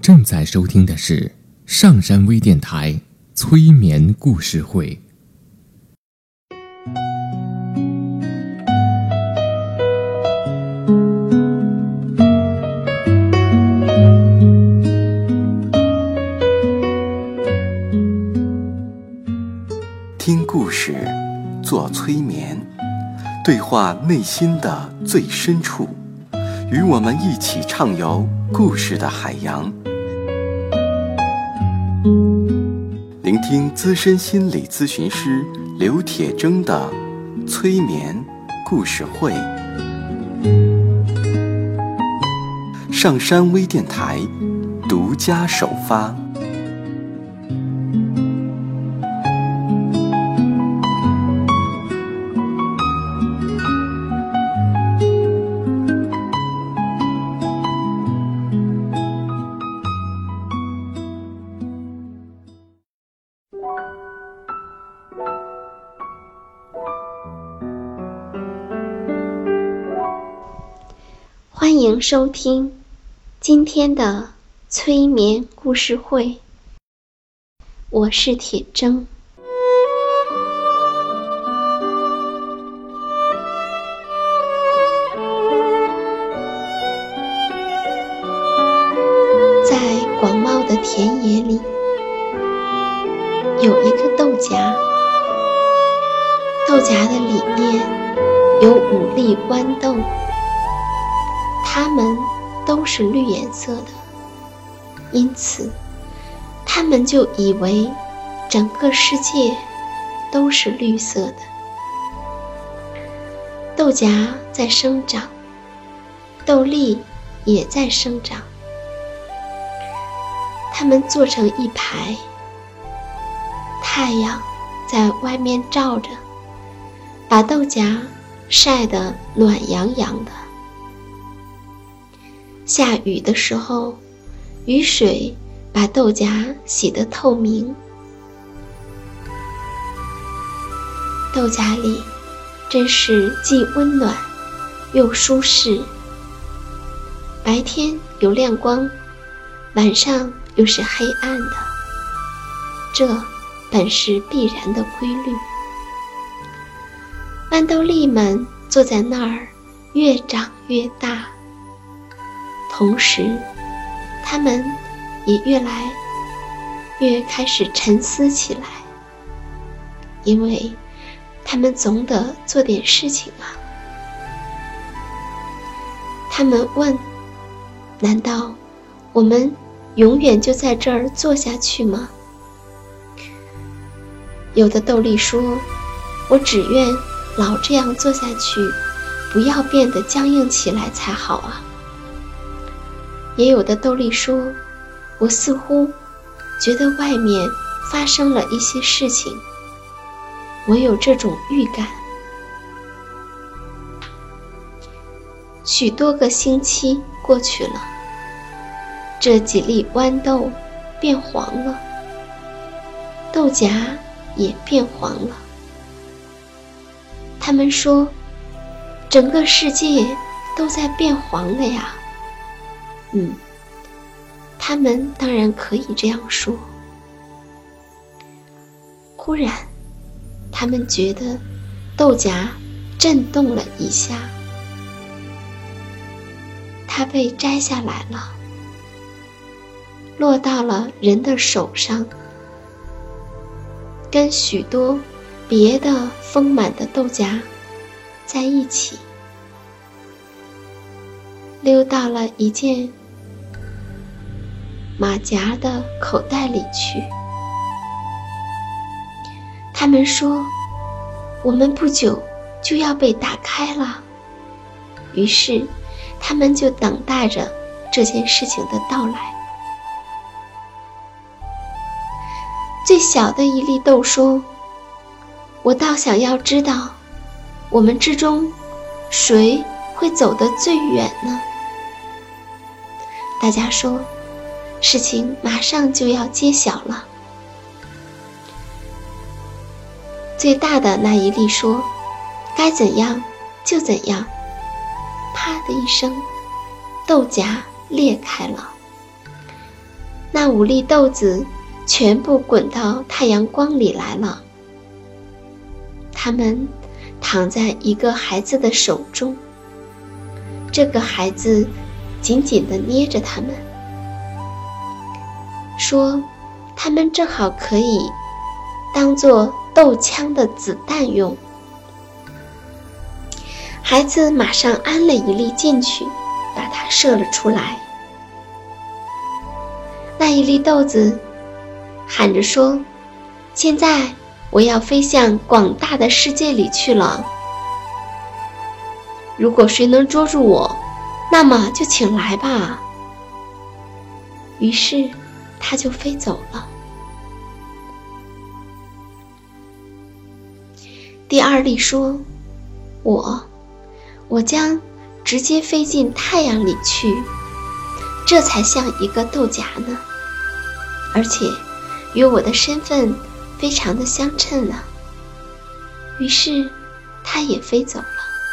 正在收听的是上山微电台催眠故事会。 听故事，做催眠，对话内心的最深处，与我们一起畅游故事的海洋。聆听资深心理咨询师刘铁铮的催眠故事会。上山微电台独家首发。 欢迎收听今天的催眠故事会，我是铁铮。在广袤的田野里，有一个豆荚，豆荚的里面有5粒豌豆，它们都是绿颜色的，因此他们就以为整个世界都是绿色的。豆荚在生长，豆粒也在生长，它们坐成一排，太阳在外面照着，把豆荚晒得暖洋洋的。下雨的时候，雨水把豆荚洗得透明。豆荚里真是既温暖又舒适，白天有亮光，晚上又是黑暗的，这本是必然的规律。豌豆粒们坐在那儿，越长越大，同时他们也越来越开始沉思起来，因为他们总得做点事情啊。他们问，难道我们永远就在这儿坐下去吗？有的豆粒说，我只愿老这样坐下去，不要变得僵硬起来才好啊。也有的豆粒说，我似乎觉得外面发生了一些事情，我有这种预感。许多个星期过去了，这几粒豌豆变黄了，豆荚也变黄了。他们说，整个世界都在变黄了呀。他们当然可以这样说。忽然，他们觉得豆荚震动了一下，它被摘下来了，落到了人的手上，跟许多别的丰满的豆荚在一起，溜到了一件马甲的口袋里去。他们说，我们不久就要被打开了。于是他们就等待着这件事情的到来。最小的一粒豆说，我倒想要知道，我们之中谁会走得最远呢？大家说，事情马上就要揭晓了。最大的那一粒说，该怎样就怎样。啪的一声，豆荚裂开了， 那5粒豆子全部滚到太阳光里来了。它们躺在一个孩子的手中，这个孩子紧紧地捏着它们，说它们正好可以当作豆枪的子弹用。孩子马上安了1粒进去，把它射了出来。那1粒豆子喊着说，现在我要飞向广大的世界里去了，如果谁能捉住我，那么就请来吧。于是他就飞走了。第2粒说，我将直接飞进太阳里去，这才像一个豆荚呢，而且与我的身份非常的相称了。于是他也飞走了。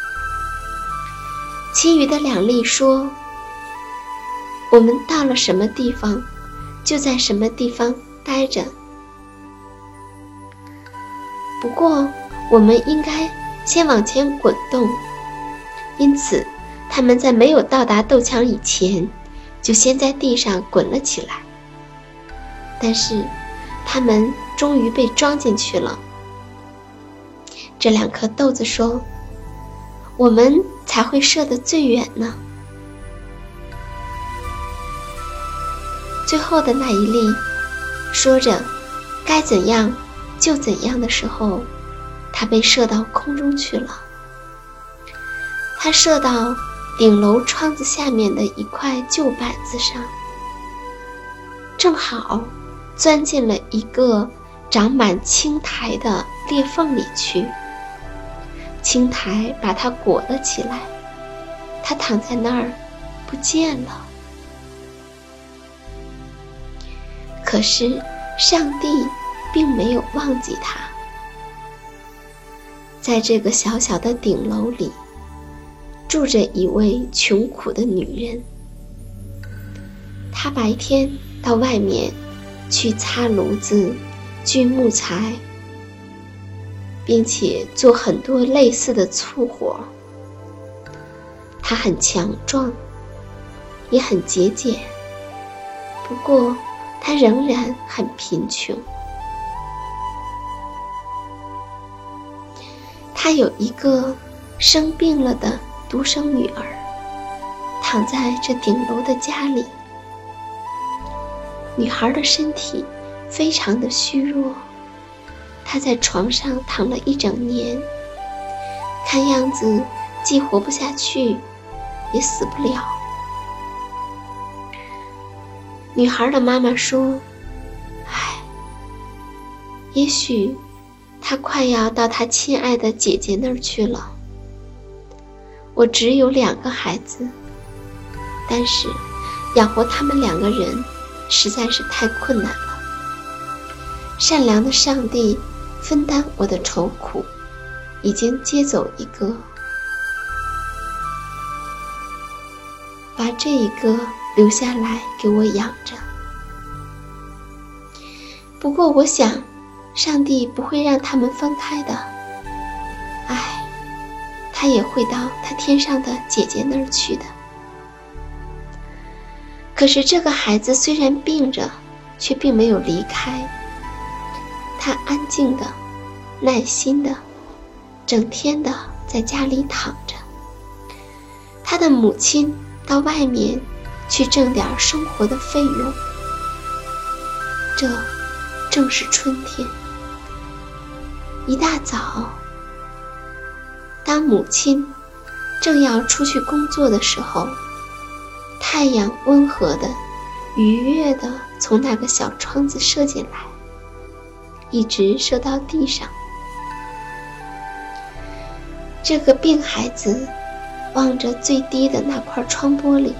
其余的2粒说，我们到了什么地方，就在什么地方待着。不过我们应该先往前滚动，因此他们在没有到达豆墙以前，就先在地上滚了起来。但是他们终于被装进去了。这2颗豆子说，我们才会射得最远呢。最后的那1粒说着该怎样就怎样的时候，它被射到空中去了。它射到顶楼窗子下面的一块旧板子上，正好钻进了一个长满青苔的裂缝里去。青苔把它裹了起来，它躺在那儿不见了。可是上帝并没有忘记他。在这个小小的顶楼里，住着一位穷苦的女人。她白天到外面去擦炉子、锯木材，并且做很多类似的粗活。她很强壮，也很节俭，不过她仍然很贫穷。她有一个生病了的独生女儿，躺在这顶楼的家里。女孩的身体非常的虚弱，她在床上躺了1整年，看样子既活不下去，也死不了。女孩的妈妈说，也许她快要到她亲爱的姐姐那儿去了。我只有2个孩子，但是养活他们2个人实在是太困难了。善良的上帝分担我的愁苦，已经接走一个，把这一个留下来给我养着。不过我想，上帝不会让他们分开的。他也会到他天上的姐姐那儿去的。可是这个孩子虽然病着，却并没有离开。他安静的、耐心的、整天的在家里躺着。他的母亲到外面去挣点生活的费用。这正是春天。一大早，当母亲正要出去工作的时候，太阳温和的、愉悦的从那个小窗子射进来，一直射到地上。这个病孩子望着最低的那块窗玻璃，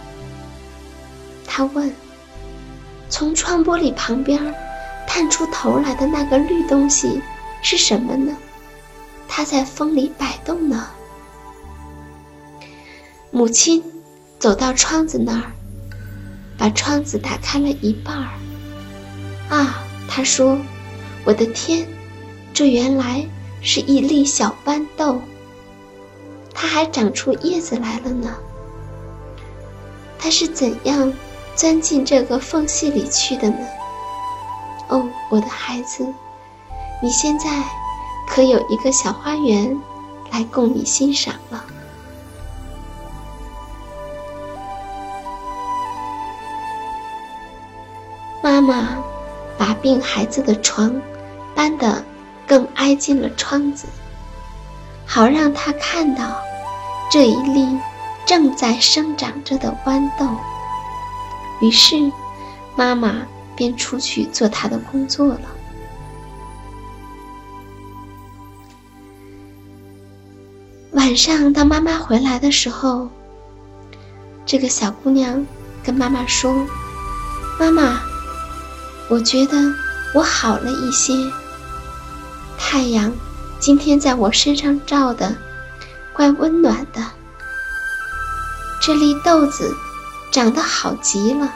他问，从窗玻璃旁边探出头来的那个绿东西是什么呢？它在风里摆动呢。母亲走到窗子那儿， 把窗子打开了一半儿。啊，他说，我的天，这原来是一粒小豌豆，它还长出叶子来了呢。它是怎样钻进这个缝隙里去的呢？哦，我的孩子，你现在可有一个小花园来供你欣赏了。妈妈把病孩子的床搬得更挨近了窗子，好让他看到这一粒正在生长着的豌豆。于是妈妈便出去做她的工作了。晚上当妈妈回来的时候，这个小姑娘跟妈妈说，妈妈，我觉得我好了一些，太阳今天在我身上照的怪温暖的，这粒豆子长得好极了，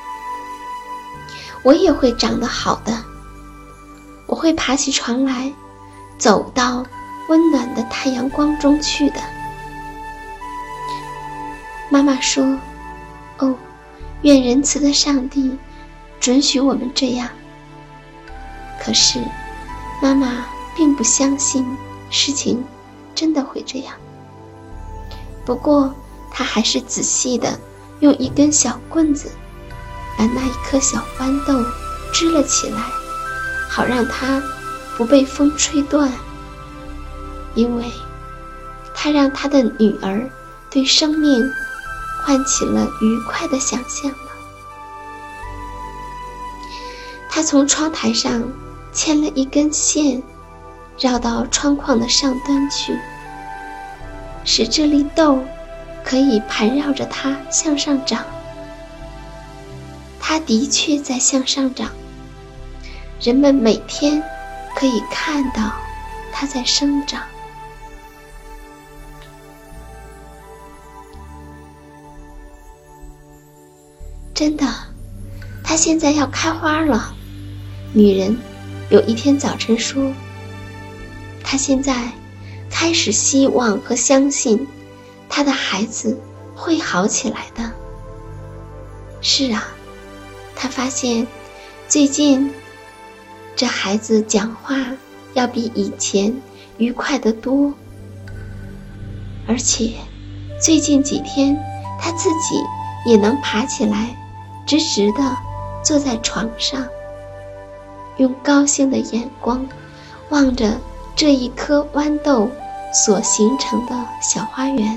我也会长得好的，我会爬起床来，走到温暖的太阳光中去的。妈妈说，哦，愿仁慈的上帝准许我们这样。可是妈妈并不相信事情真的会这样。不过她还是仔细地用一根小棍子把那一颗小豌豆支了起来，好让它不被风吹断，因为她让她的女儿对生命唤起了愉快的想象了。她从窗台上牵了一根线，绕到窗框的上端去，使这粒豆可以盘绕着它向上长。它的确在向上长，人们每天可以看到它在生长。真的，它现在要开花了。女人有一天早晨说，她现在开始希望和相信她的孩子会好起来的。是啊，她发现最近这孩子讲话要比以前愉快得多，而且最近几天她自己也能爬起来，直直地坐在床上，用高兴的眼光望着这一颗豌豆所形成的小花园。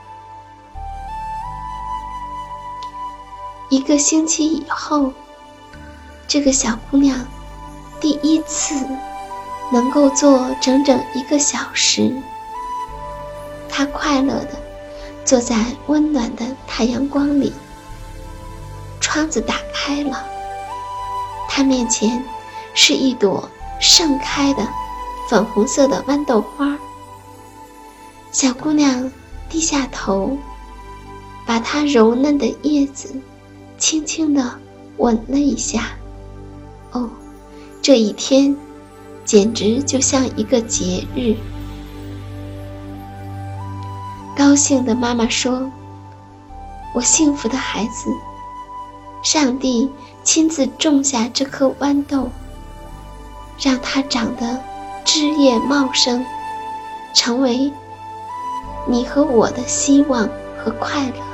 一个星期以后，这个小姑娘第一次能够坐整整1个小时，她快乐地坐在温暖的太阳光里，窗子打开了，她面前是一朵盛开的粉红色的豌豆花。小姑娘低下头，把它柔嫩的叶子轻轻地吻了一下。哦，这一天简直就像一个节日。高兴的妈妈说，我幸福的孩子，上帝亲自种下这颗豌豆，让它长得枝叶茂盛，成为你和我的希望和快乐。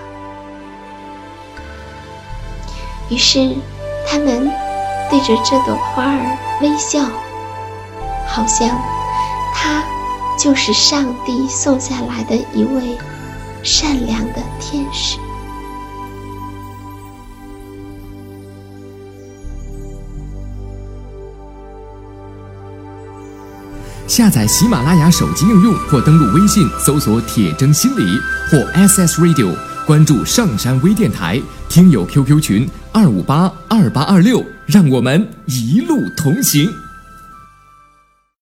于是他们对着这朵花儿微笑，好像它就是上帝送下来的一位善良的天使。 下载喜马拉雅手机应用或登录微信搜索铁铮心理或 SS Radio， 关注上山微电台，听友 QQ 群2582826，让我们一路同行。